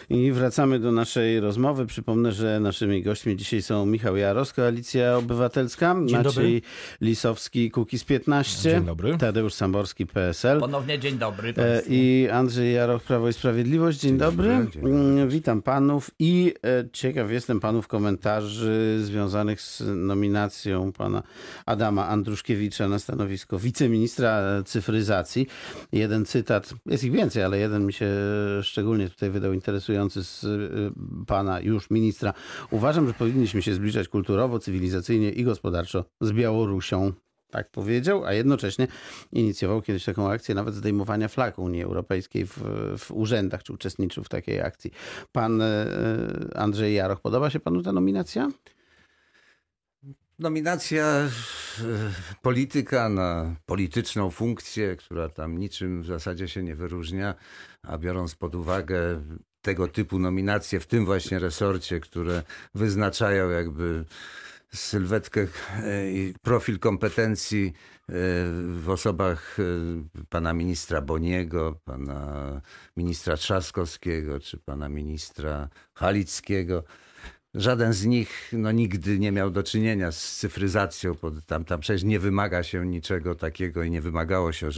I wracamy do naszej rozmowy. Przypomnę, że naszymi gośćmi dzisiaj są Michał Jaros, Koalicja Obywatelska, Dzień Maciej Lisowski, Kukiz 15, Dzień dobry. Tadeusz Samborski, PSL. Ponownie dzień dobry. I Andrzej Jaroch, Prawo i Sprawiedliwość. Dzień dobry. Dzień dobry. Witam panów i ciekaw jestem panów komentarzy związanych z nominacją pana Adama Andruszkiewicza na stanowisko wiceministra cyfryzacji. Jeden cytat, jest ich więcej, ale jeden mi się szczególnie tutaj wydał interesujący z pana już ministra. Uważam, że powinniśmy się zbliżać kulturowo, cywilizacyjnie i gospodarczo z Białorusią. Tak powiedział, a jednocześnie inicjował kiedyś taką akcję nawet zdejmowania flag Unii Europejskiej w urzędach, czy uczestniczył w takiej akcji. Pan Andrzej Jaroch, podoba się panu ta nominacja? Nominacja polityka na polityczną funkcję, która tam niczym w zasadzie się nie wyróżnia, a biorąc pod uwagę tego typu nominacje w tym właśnie resorcie, które wyznaczają jakby sylwetkę i profil kompetencji w osobach pana ministra Boniego, pana ministra Trzaskowskiego czy pana ministra Halickiego. Żaden z nich nigdy nie miał do czynienia z cyfryzacją. Tam przecież nie wymaga się niczego takiego i nie wymagało się,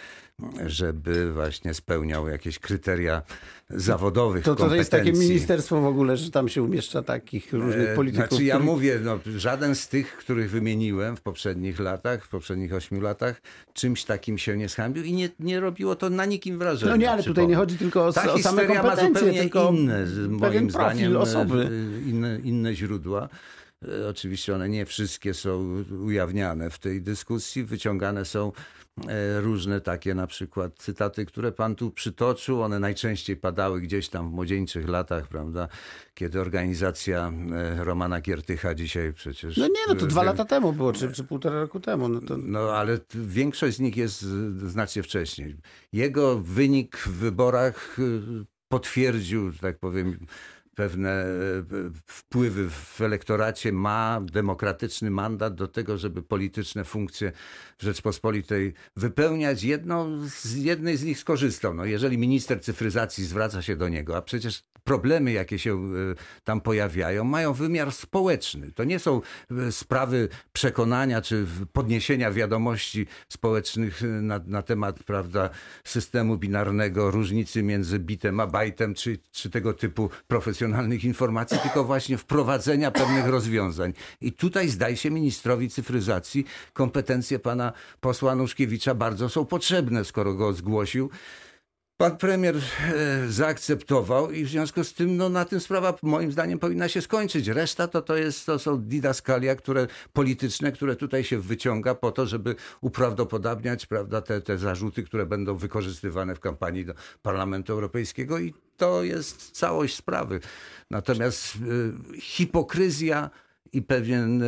żeby właśnie spełniał jakieś kryteria zawodowych kompetencji. To jest takie ministerstwo w ogóle, że tam się umieszcza takich różnych polityków. Znaczy ja mówię, żaden z tych, których wymieniłem w poprzednich latach, w poprzednich 8 latach, czymś takim się nie zhańbił i nie robiło to na nikim wrażenia. No nie, ale tutaj nie chodzi tylko o same historyja kompetencje, ma zupełnie tylko inne, moim zdaniem, osoby. inne źródła. Oczywiście one nie wszystkie są ujawniane w tej dyskusji. Wyciągane są różne takie na przykład cytaty, które pan tu przytoczył. One najczęściej padały gdzieś tam w młodzieńczych latach, prawda? Kiedy organizacja Romana Giertycha dzisiaj przecież... to 2 lata temu było, czy 1,5 roku temu. Ale większość z nich jest znacznie wcześniej. Jego wynik w wyborach potwierdził, że tak powiem, pewne wpływy w elektoracie, ma demokratyczny mandat do tego, żeby polityczne funkcje w Rzeczpospolitej wypełniać. Jednej z nich skorzystał. Jeżeli minister cyfryzacji zwraca się do niego, a przecież problemy, jakie się tam pojawiają, mają wymiar społeczny. To nie są sprawy przekonania czy podniesienia wiadomości społecznych na temat, prawda, systemu binarnego, różnicy między bitem a bajtem, czy tego typu profesjonalnych informacji, tylko właśnie wprowadzenia pewnych rozwiązań. I tutaj zdaje się ministrowi cyfryzacji kompetencje pana posła Andruszkiewicza bardzo są potrzebne, skoro go zgłosił. Pan premier zaakceptował i w związku z tym na tym sprawa moim zdaniem powinna się skończyć. Reszta to są didaskalia polityczne, które tutaj się wyciąga po to, żeby uprawdopodobniać, prawda, te zarzuty, które będą wykorzystywane w kampanii do Parlamentu Europejskiego i to jest całość sprawy. Natomiast hipokryzja i pewien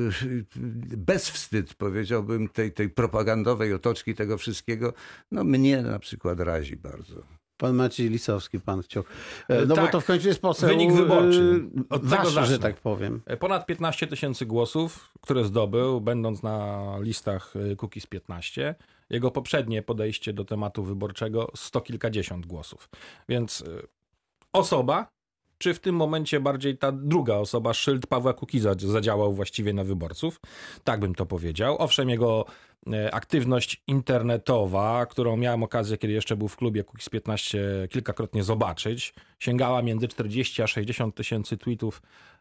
bezwstyd, powiedziałbym, tej propagandowej otoczki tego wszystkiego, mnie na przykład razi bardzo. Pan Maciej Lisowski, pan chciał. Bo to w końcu jest poseł wynik wyborczy. Od tego wasz, zacznę. że tak powiem. Ponad 15 000 głosów, które zdobył, będąc na listach Kukiz 15. Jego poprzednie podejście do tematu wyborczego 100 kilkadziesiąt głosów. Więc osoba, czy w tym momencie bardziej ta druga osoba, szyld Pawła Kukiza, zadziałał właściwie na wyborców? Tak bym to powiedział. Owszem, jego aktywność internetowa, którą miałem okazję, kiedy jeszcze był w klubie Kukiz 15, kilkakrotnie zobaczyć, sięgała między 40 a 60 tysięcy tweetów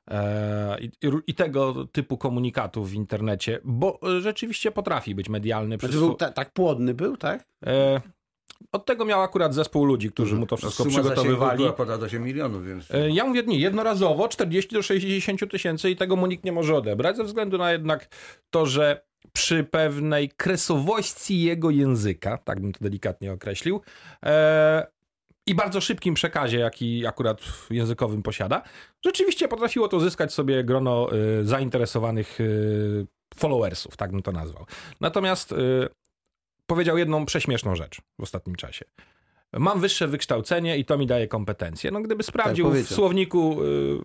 i tego typu komunikatów w internecie, bo rzeczywiście potrafi być medialny. Tak płodny był, tak? Od tego miał akurat zespół ludzi, którzy mu to wszystko przygotowywali. Była ponad 8 milionów, więc... Ja mówię, jednorazowo 40 do 60 tysięcy i tego mu nikt nie może odebrać, ze względu na jednak to, że przy pewnej kresowości jego języka, tak bym to delikatnie określił, i bardzo szybkim przekazie, jaki akurat językowym posiada, rzeczywiście potrafiło to zyskać sobie grono zainteresowanych followersów, tak bym to nazwał. Natomiast powiedział jedną prześmieszną rzecz w ostatnim czasie. Mam wyższe wykształcenie i to mi daje kompetencje. Gdyby sprawdził w słowniku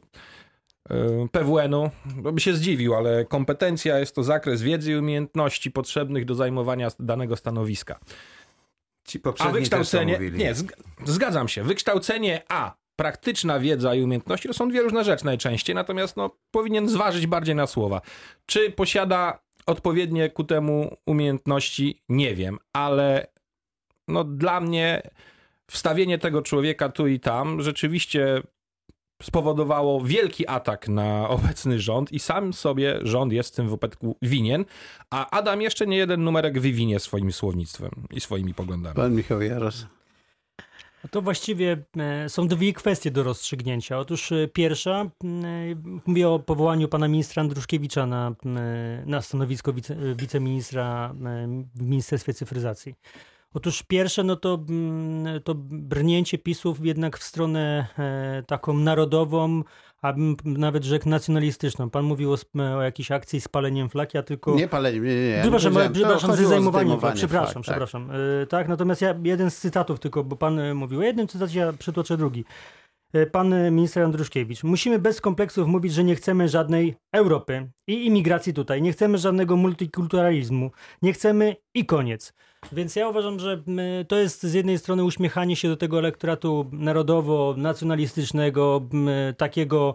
PWN-u, to by się zdziwił, ale kompetencja jest to zakres wiedzy i umiejętności potrzebnych do zajmowania danego stanowiska. Ci poprzedni wykształcenie, nie, zgadzam się. Wykształcenie A praktyczna wiedza i umiejętności to są dwie różne rzeczy najczęściej, natomiast powinien zważyć bardziej na słowa. Czy posiada odpowiednie ku temu umiejętności? Nie wiem, ale dla mnie wstawienie tego człowieka tu i tam rzeczywiście spowodowało wielki atak na obecny rząd i sam sobie rząd jest w tym wypadku winien, a Adam jeszcze nie jeden numerek wywinie swoim słownictwem i swoimi poglądami. Pan Michał Jaros. To właściwie są dwie kwestie do rozstrzygnięcia. Otóż pierwsza, mówię o powołaniu pana ministra Andruszkiewicza na stanowisko wiceministra w Ministerstwie Cyfryzacji. Otóż pierwsze, to brnięcie PiS-ów jednak w stronę taką narodową, a bym nawet rzekł nacjonalistyczną. Pan mówił o jakiejś akcji z paleniem flag, ja tylko... Nie paleniem, nie. Przepraszam, z zajmowaniem flag. Przepraszam. Tak, natomiast ja jeden z cytatów tylko, bo pan mówił o jednym cytacie, ja przytoczę drugi. Pan minister Andruszkiewicz. Musimy bez kompleksów mówić, że nie chcemy żadnej Europy i imigracji tutaj. Nie chcemy żadnego multikulturalizmu. Nie chcemy i koniec. Więc ja uważam, że to jest z jednej strony uśmiechanie się do tego elektoratu narodowo-nacjonalistycznego, takiego,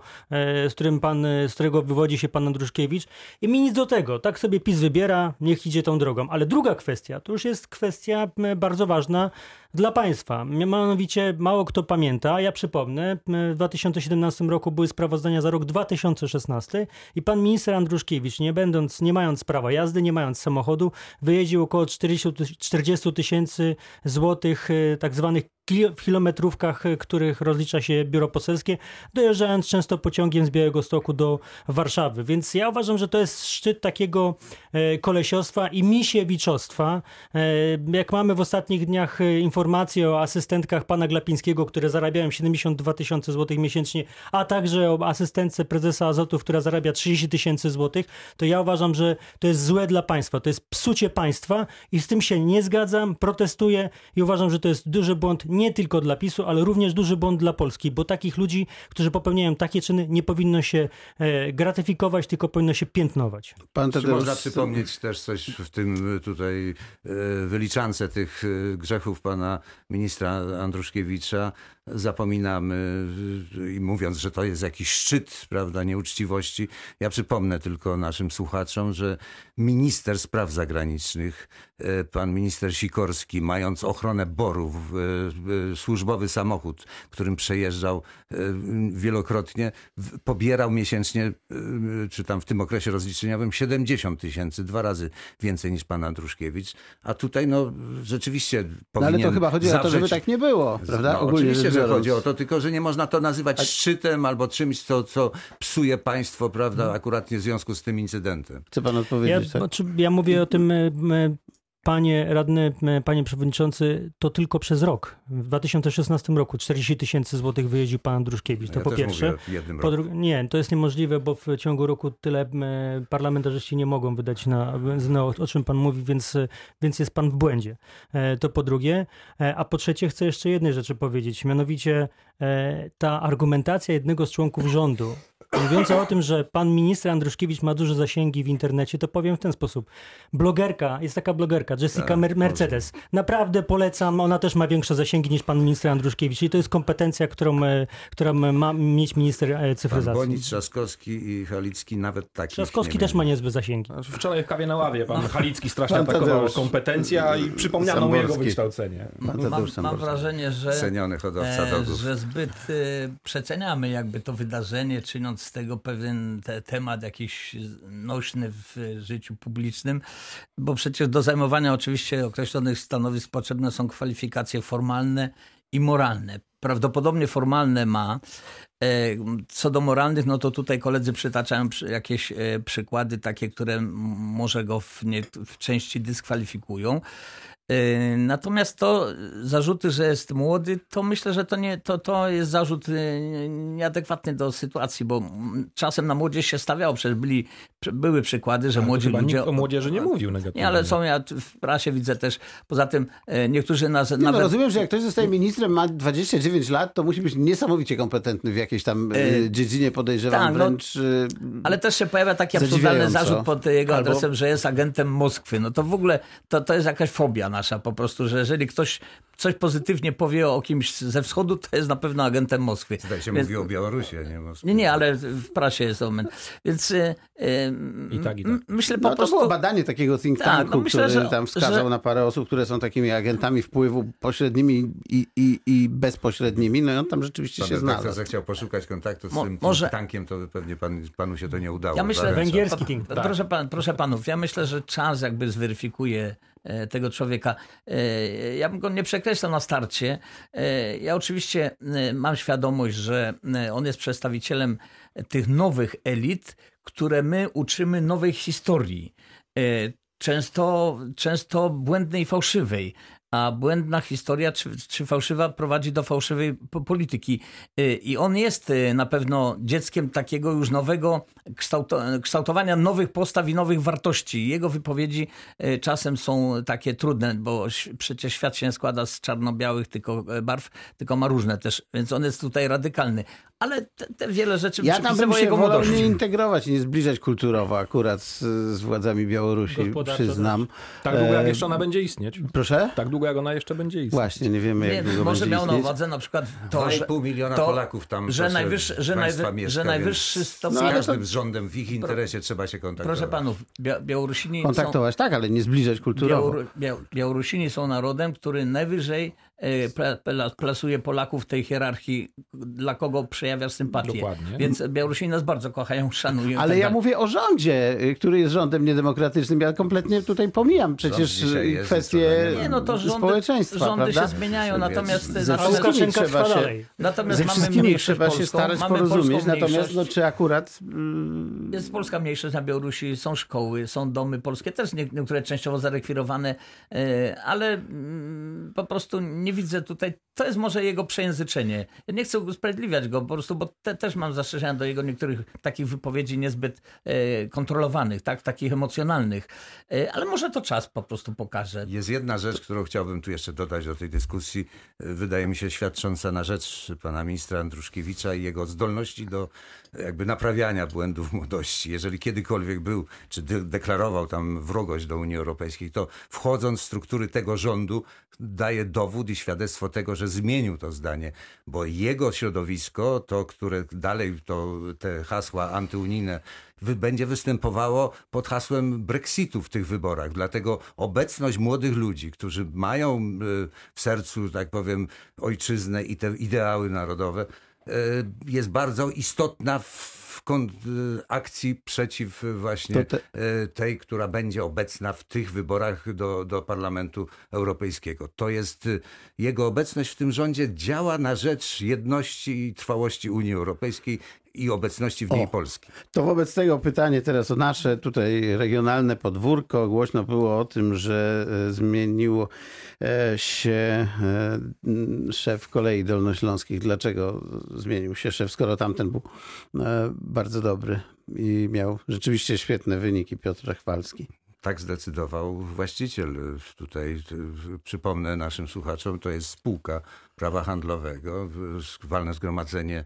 z którego wywodzi się pan Andruszkiewicz. I mi nic do tego. Tak sobie PiS wybiera, niech idzie tą drogą. Ale druga kwestia, to już jest kwestia bardzo ważna dla państwa. Mianowicie mało kto pamięta, ja przypomnę, w 2017 roku były sprawozdania za rok 2016 i pan minister Andruszkiewicz, nie mając prawa jazdy, nie mając samochodu, wyjeździł około 40 tysięcy złotych tak zwanych w kilometrówkach, których rozlicza się biuro poselskie, dojeżdżając często pociągiem z Białegostoku do Warszawy. Więc ja uważam, że to jest szczyt takiego kolesiostwa i misiewiczostwa. Jak mamy w ostatnich dniach informacje o asystentkach pana Glapińskiego, które zarabiają 72 tysiące złotych miesięcznie, a także o asystentce prezesa Azotu, która zarabia 30 tysięcy złotych, to ja uważam, że to jest złe dla państwa. To jest psucie państwa i z tym się nie zgadzam, protestuję i uważam, że to jest duży błąd nie tylko dla PiS-u, ale również duży błąd dla Polski, bo takich ludzi, którzy popełniają takie czyny, nie powinno się gratyfikować, tylko powinno się piętnować. Czy można przypomnieć też coś w tym tutaj wyliczance tych grzechów pana ministra Andruszkiewicza? Zapominamy i mówiąc, że to jest jakiś szczyt, prawda, nieuczciwości. Ja przypomnę tylko naszym słuchaczom, że minister spraw zagranicznych, pan minister Sikorski, mając ochronę borów, służbowy samochód, którym przejeżdżał wielokrotnie, pobierał miesięcznie, czy tam w tym okresie rozliczeniowym 70 tysięcy, 2 razy więcej niż pan Andruszkiewicz. A tutaj rzeczywiście powinien ale to chyba chodzi o to, żeby tak nie było, prawda? Oczywiście, że chodzi o to, tylko że nie można to nazywać szczytem albo czymś, co psuje państwo, prawda, akurat w związku z tym incydentem. Chce pan odpowiedzieć? Ja mówię o tym, panie radny, panie przewodniczący, to tylko przez rok. W 2016 roku 40 tysięcy złotych wyjeździł pan Andruszkiewicz. To ja po też pierwsze. Mówię o jednym roku. Nie, to jest niemożliwe, bo w ciągu roku tyle parlamentarzyści nie mogą wydać o czym pan mówi, więc jest pan w błędzie. To po drugie. A po trzecie chcę jeszcze jednej rzeczy powiedzieć. Mianowicie ta argumentacja jednego z członków rządu, mówiąca o tym, że pan minister Andruszkiewicz ma duże zasięgi w internecie, to powiem w ten sposób. Jest taka blogerka, Jessica Mercedes. Naprawdę polecam, ona też ma większe zasięgi niż pan minister Andruszkiewicz i to jest kompetencja, którą ma mieć minister cyfryzacji. Pan Bonis, Trzaskowski i Halicki nawet takich Trzaskowski też ma niezłe zasięgi. Wczoraj w kawie na ławie pan Halicki strasznie atakował kompetencja i przypomniano mu jego wykształcenie. Mam wrażenie, że zbyt przeceniamy jakby to wydarzenie, czyniąc z tego pewien temat jakiś nośny w życiu publicznym, bo przecież do zajmowania oczywiście określonych stanowisk potrzebne są kwalifikacje formalne i moralne. Prawdopodobnie formalne ma. Co do moralnych, no to tutaj koledzy przytaczają jakieś przykłady takie, które może go w części dyskwalifikują. Natomiast to zarzuty, że jest młody, to myślę, że to jest zarzut nieadekwatny do sytuacji, bo czasem na młodzież się stawiało, przecież były przykłady, że młodzi ludzie... Nikt o młodzieży nie mówił negatywnie. Nie, ale ja w prasie widzę też, poza tym niektórzy nawet... rozumiem, że jak ktoś zostaje ministrem, ma 29 lat, to musi być niesamowicie kompetentny w jakiejś tam dziedzinie, podejrzewam, wręcz... Ale też się pojawia taki absurdalny zarzut pod jego adresem, że jest agentem Moskwy. No to w ogóle to jest jakaś fobia nasza. nasza po prostu, że jeżeli ktoś coś pozytywnie powie o kimś ze wschodu, to jest na pewno agentem Moskwy. Zdaje się, mówi o Białorusi, a nie Moskwie. Nie, ale w prasie jest moment. Więc I tak. myślę po prostu... To było badanie takiego think tanku, myślę, który tam wskazał na parę osób, które są takimi agentami wpływu pośrednimi i bezpośrednimi. No i on tam rzeczywiście się znalazł. Pan zechciał poszukać kontaktu z tym think tankiem, to pewnie panu się to nie udało. Ja myślę, węgierski think tank. Proszę panów, ja myślę, że czas jakby zweryfikuje tego człowieka. Ja bym go nie przekreślał na starcie. Ja oczywiście mam świadomość, że on jest przedstawicielem tych nowych elit, które my uczymy nowej historii. Często błędnej i fałszywej. A błędna historia czy fałszywa prowadzi do fałszywej polityki. I on jest na pewno dzieckiem takiego już nowego kształtowania nowych postaw i nowych wartości. Jego wypowiedzi czasem są takie trudne, bo przecież świat się nie składa z czarno-białych tylko barw, tylko ma różne też. Więc on jest tutaj radykalny. Ale te wiele rzeczy ja tam bym się jego wolał młodości. nie integrować i nie zbliżać kulturowo akurat z władzami Białorusi, przyznam. Tak długo jak jeszcze ona będzie istnieć. Proszę? Tak długo jak ona jeszcze będzie istnieć. Właśnie, nie wiemy jak długo może będzie miał na istnieć. uwadze na przykład to, 2,5 miliona Polaków tam że najwyższy stopień... Z każdym z rządem w ich interesie trzeba się kontaktować. Proszę panów, Białorusini kontaktować, tak, ale nie zbliżać kulturowo. Białorusini są narodem, który najwyżej plasuje Polaków w tej hierarchii, dla kogo przejawia sympatię. Dokładnie. Więc Białorusini nas bardzo kochają, szanują. Ale ja mówię o rządzie, który jest rządem niedemokratycznym. Ja kompletnie tutaj pomijam przecież kwestie społeczeństwa. Rządy prawda? się zmieniają, natomiast ze wszystkimi trzeba się starać porozumieć, natomiast czy akurat... Jest polska mniejszość na Białorusi, są szkoły, są domy polskie, też niektóre częściowo zarekwirowane, ale po prostu nie widzę tutaj, to jest może jego przejęzyczenie. Ja nie chcę usprawiedliwiać go po prostu, bo też mam zastrzeżenia do jego niektórych takich wypowiedzi niezbyt kontrolowanych, tak, takich emocjonalnych, ale może to czas po prostu pokaże. Jest jedna rzecz, którą chciałbym tu jeszcze dodać do tej dyskusji, wydaje mi się świadcząca na rzecz pana ministra Andruszkiewicza i jego zdolności do jakby naprawiania błędów młodości. Jeżeli kiedykolwiek był, czy deklarował tam wrogość do Unii Europejskiej, to wchodząc w struktury tego rządu daje dowód i świadectwo tego, że zmienił to zdanie, bo jego środowisko, to które dalej te hasła antyunijne będzie występowało pod hasłem Brexitu w tych wyborach. Dlatego obecność młodych ludzi, którzy mają w sercu, tak powiem, ojczyznę i te ideały narodowe, jest bardzo istotna w akcji przeciw właśnie tej, która będzie obecna w tych wyborach do Parlamentu Europejskiego. To jest jego obecność w tym rządzie działa na rzecz jedności i trwałości Unii Europejskiej i obecności w niej Polski. To wobec tego pytanie teraz o nasze tutaj regionalne podwórko. Głośno było o tym, że zmieniło się szef Kolei Dolnośląskich. Dlaczego zmienił się szef, skoro tamten był bardzo dobry i miał rzeczywiście świetne wyniki, Piotr Rachwalski? Tak zdecydował właściciel. Tutaj przypomnę naszym słuchaczom, to jest spółka prawa handlowego, walne zgromadzenie,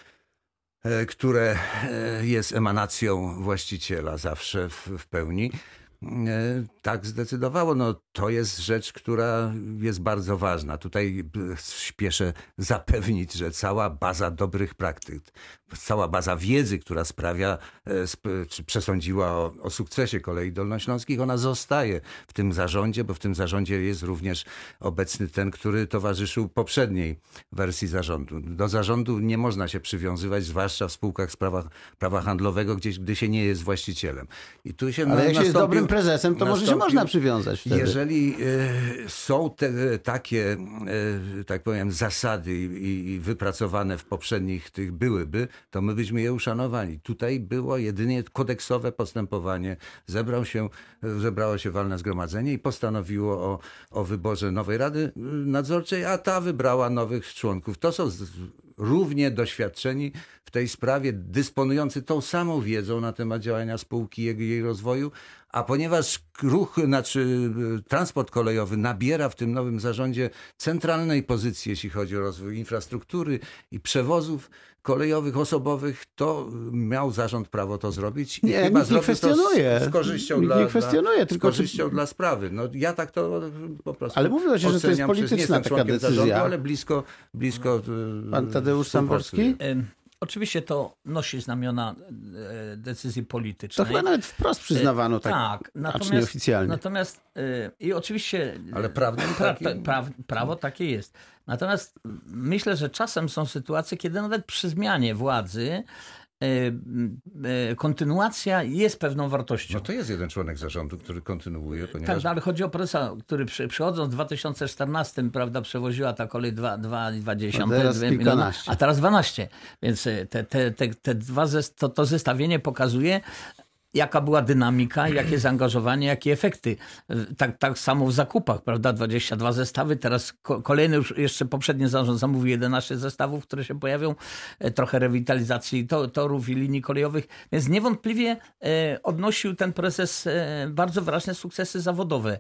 które jest emanacją właściciela zawsze w pełni. Tak zdecydowało. No, to jest rzecz, która jest bardzo ważna. Tutaj śpieszę zapewnić, że cała baza dobrych praktyk, cała baza wiedzy, która sprawia, czy przesądziła o sukcesie Kolei Dolnośląskich, ona zostaje w tym zarządzie, bo w tym zarządzie jest również obecny ten, który towarzyszył poprzedniej wersji zarządu. Do zarządu nie można się przywiązywać, zwłaszcza w spółkach z prawa handlowego, gdy się nie jest właścicielem. I tu się ale jak się jest dobrym prezesem, to może się można przywiązać wtedy. Jeżeli są takie, tak powiem, zasady i wypracowane w poprzednich tych byłyby, to my byśmy je uszanowali. Tutaj było jedynie kodeksowe postępowanie. Zebrało się walne zgromadzenie i postanowiło o wyborze nowej Rady Nadzorczej, a ta wybrała nowych członków. To są równie doświadczeni w tej sprawie, dysponujący tą samą wiedzą na temat działania spółki, jej rozwoju, a ponieważ transport kolejowy nabiera w tym nowym zarządzie centralnej pozycji, jeśli chodzi o rozwój infrastruktury i przewozów kolejowych, osobowych, to miał zarząd prawo to zrobić i chyba zrobił to z korzyścią dla sprawy. No, ja tak to po prostu ale mówiło się, że to jest polityczna taka decyzja. Zarządu, ale blisko Pan Tadeusz Samborski? Oczywiście to nosi znamiona decyzji politycznej. To chyba nawet wprost przyznawano tak oficjalnie. Natomiast i oczywiście ale prawo takie jest. Natomiast myślę, że czasem są sytuacje, kiedy nawet przy zmianie władzy kontynuacja jest pewną wartością. No to jest jeden członek zarządu, który kontynuuje. Ponieważ... Tak, ale chodzi o prezesa, który przychodząc w 2014, prawda, przewoziła ta kolej 2,2 a teraz 12. Więc to zestawienie pokazuje, jaka była dynamika, jakie zaangażowanie, jakie efekty. Tak samo w zakupach, prawda? 22 zestawy, teraz kolejny już jeszcze poprzedni zarząd zamówił 11 zestawów, które się pojawią, trochę rewitalizacji torów i linii kolejowych, więc niewątpliwie odnosił ten prezes bardzo wyraźne sukcesy zawodowe.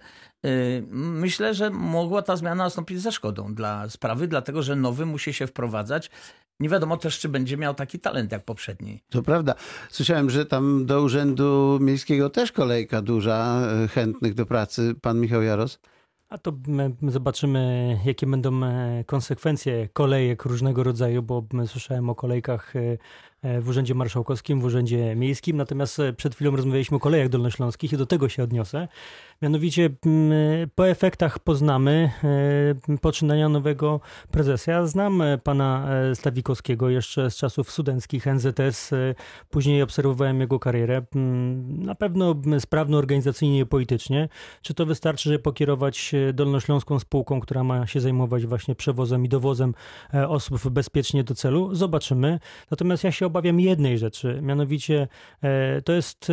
Myślę, że mogła ta zmiana nastąpić ze szkodą dla sprawy, dlatego że nowy musi się wprowadzać. Nie wiadomo też, czy będzie miał taki talent jak poprzedni. To prawda. Słyszałem, że tam do Urzędu Miejskiego też kolejka duża, chętnych do pracy. Pan Michał Jaros? A to zobaczymy, jakie będą konsekwencje kolejek różnego rodzaju, bo słyszałem o kolejkach w Urzędzie Marszałkowskim, w Urzędzie Miejskim, natomiast przed chwilą rozmawialiśmy o kolejach dolnośląskich i do tego się odniosę. Mianowicie po efektach poznamy poczynania nowego prezesa. Ja znam pana Stawikowskiego jeszcze z czasów studenckich NZS, później obserwowałem jego karierę. Na pewno sprawny organizacyjnie i politycznie. Czy to wystarczy, żeby pokierować dolnośląską spółką, która ma się zajmować właśnie przewozem i dowozem osób bezpiecznie do celu? Zobaczymy. Natomiast ja się obawiam jednej rzeczy, mianowicie to jest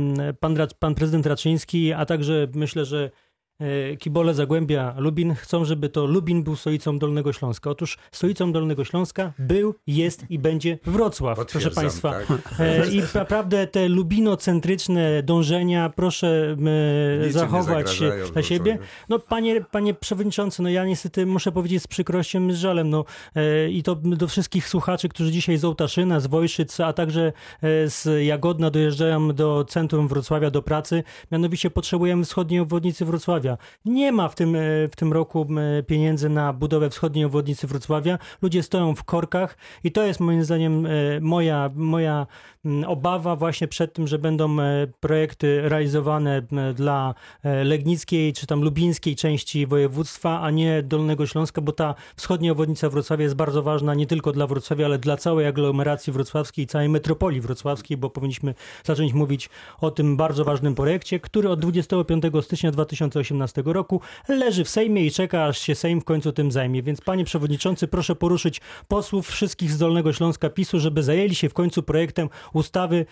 pan prezydent Raczyński, a także myślę, że kibole Zagłębia Lubin chcą, żeby to Lubin był stolicą Dolnego Śląska. Otóż stolicą Dolnego Śląska był, jest i będzie Wrocław, proszę państwa. Tak. I naprawdę te lubinocentryczne dążenia proszę zachować dla siebie. No panie przewodniczący, no ja niestety muszę powiedzieć z przykrością, z żalem, no i to do wszystkich słuchaczy, którzy dzisiaj z Ołtaszyna, z Wojszyc, a także z Jagodna dojeżdżają do centrum Wrocławia do pracy. Mianowicie potrzebujemy wschodniej obwodnicy Wrocławia. Nie ma w tym roku pieniędzy na budowę wschodniej obwodnicy Wrocławia. Ludzie stoją w korkach i to jest moim zdaniem moja obawa właśnie przed tym, że będą projekty realizowane dla legnickiej czy tam lubińskiej części województwa, a nie Dolnego Śląska, bo ta wschodnia obwodnica Wrocławia jest bardzo ważna nie tylko dla Wrocławia, ale dla całej aglomeracji wrocławskiej i całej metropolii wrocławskiej, bo powinniśmy zacząć mówić o tym bardzo ważnym projekcie, który od 25 stycznia 2018 roku leży w Sejmie i czeka, aż się Sejm w końcu tym zajmie. Więc panie przewodniczący, proszę poruszyć posłów wszystkich z Dolnego Śląska PiS-u, żeby zajęli się w końcu projektem ustawy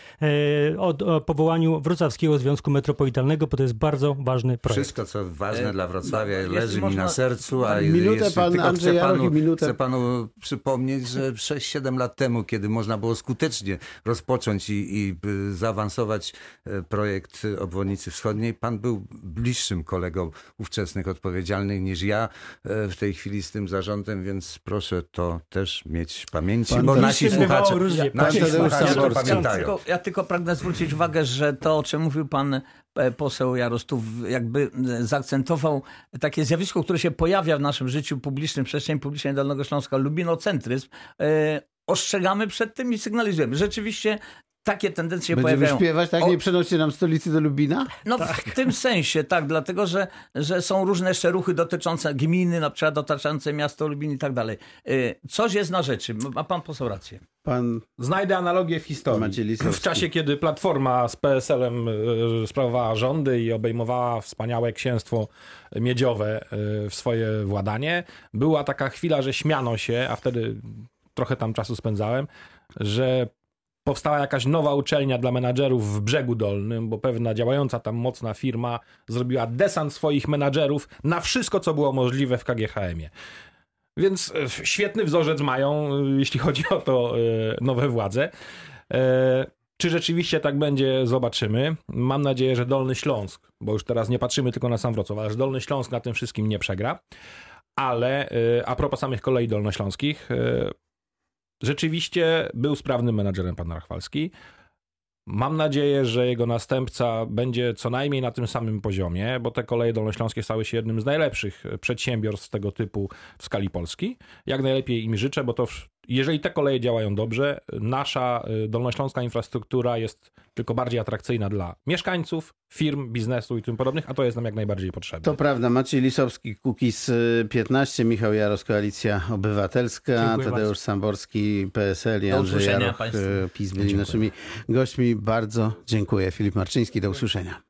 o powołaniu Wrocławskiego Związku Metropolitalnego, bo to jest bardzo ważny projekt. Wszystko, co ważne dla Wrocławia, leży mi na sercu, a minutę pan Andrzej chcę panu przypomnieć, że 6-7 lat temu, kiedy można było skutecznie rozpocząć i zaawansować projekt obwodnicy wschodniej, pan był bliższym kolegą ówczesnych odpowiedzialnych niż ja w tej chwili z tym zarządem, więc proszę to też mieć w pamięci, bo nasi słuchacze to pamiętają. Ja tylko pragnę zwrócić uwagę, że to, o czym mówił pan poseł Jaros, tu jakby zaakcentował takie zjawisko, które się pojawia w naszym życiu publicznym, przestrzeni publicznej Dolnego Śląska, lubinocentryzm. Ostrzegamy przed tym i sygnalizujemy. Rzeczywiście takie tendencje pojawiają. Będziemy śpiewać, tak? Nie przenoście nam stolicy do Lubina? No tak. W tym sensie, tak, dlatego, że są różne jeszcze ruchy dotyczące gminy, na przykład dotyczące miasta Lubin i tak dalej. Coś jest na rzeczy. Ma pan poseł rację. Znajdę analogię w historii. W czasie, kiedy Platforma z PSL-em sprawowała rządy i obejmowała wspaniałe księstwo miedziowe w swoje władanie, była taka chwila, że śmiano się, a wtedy trochę tam czasu spędzałem, że powstała jakaś nowa uczelnia dla menadżerów w Brzegu Dolnym, bo pewna działająca tam mocna firma zrobiła desant swoich menadżerów na wszystko, co było możliwe w KGHM-ie. Więc świetny wzorzec mają, jeśli chodzi o to nowe władze. Czy rzeczywiście tak będzie, zobaczymy. Mam nadzieję, że Dolny Śląsk, bo już teraz nie patrzymy tylko na sam Wrocław, ale że Dolny Śląsk na tym wszystkim nie przegra. Ale a propos samych kolei dolnośląskich, rzeczywiście był sprawnym menadżerem pan Rachwalski. Mam nadzieję, że jego następca będzie co najmniej na tym samym poziomie, bo te koleje dolnośląskie stały się jednym z najlepszych przedsiębiorstw tego typu w skali Polski. Jak najlepiej im życzę, bo to jeżeli te koleje działają dobrze, nasza dolnośląska infrastruktura jest tylko bardziej atrakcyjna dla mieszkańców, firm, biznesu i tym podobnych, a to jest nam jak najbardziej potrzebne. To prawda. Maciej Lisowski, Kukiz 15, Michał Jaros, Koalicja Obywatelska, Dziękuję Tadeusz bardzo. Samborski, PSL i Andrzej Jaroch, PiS byli naszymi gośćmi. Bardzo dziękuję. Filip Marczyński, do usłyszenia.